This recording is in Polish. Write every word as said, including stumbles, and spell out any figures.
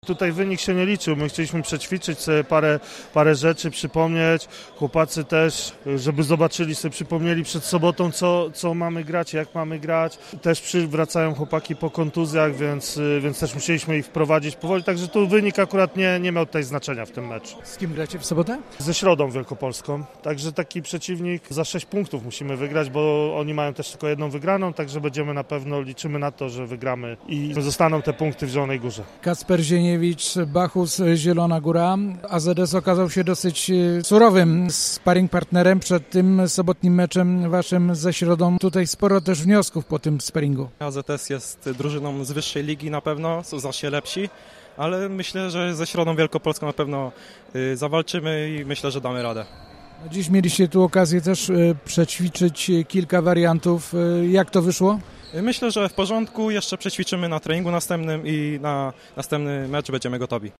Tutaj wynik się nie liczył, my chcieliśmy przećwiczyć sobie parę, parę rzeczy, przypomnieć, chłopacy też, żeby zobaczyli sobie, przypomnieli przed sobotą, co, co mamy grać, jak mamy grać. Też przywracają chłopaki po kontuzjach, więc, więc też musieliśmy ich wprowadzić powoli, także tu wynik akurat nie, nie miał tutaj znaczenia w tym meczu. Z kim gracie w sobotę? Ze Środą Wielkopolską, także taki przeciwnik za sześć punktów musimy wygrać, bo oni mają też tylko jedną wygraną, także będziemy na pewno, liczymy na to, że wygramy i zostaną te punkty w Zielonej Górze. Kacper Zieniewicz, Bachus, Zielona Góra. A Z S okazał się dosyć surowym sparring partnerem przed tym sobotnim meczem waszym ze Środą. Tutaj sporo też wniosków po tym sparingu. A Z S jest drużyną z wyższej ligi na pewno, są znacznie lepsi, ale myślę, że ze Środą Wielkopolską na pewno y, zawalczymy i myślę, że damy radę. Dziś mieliście tu okazję też y, przećwiczyć kilka wariantów. Y, jak to wyszło? Myślę, że w porządku, jeszcze przećwiczymy na treningu następnym i na następny mecz będziemy gotowi.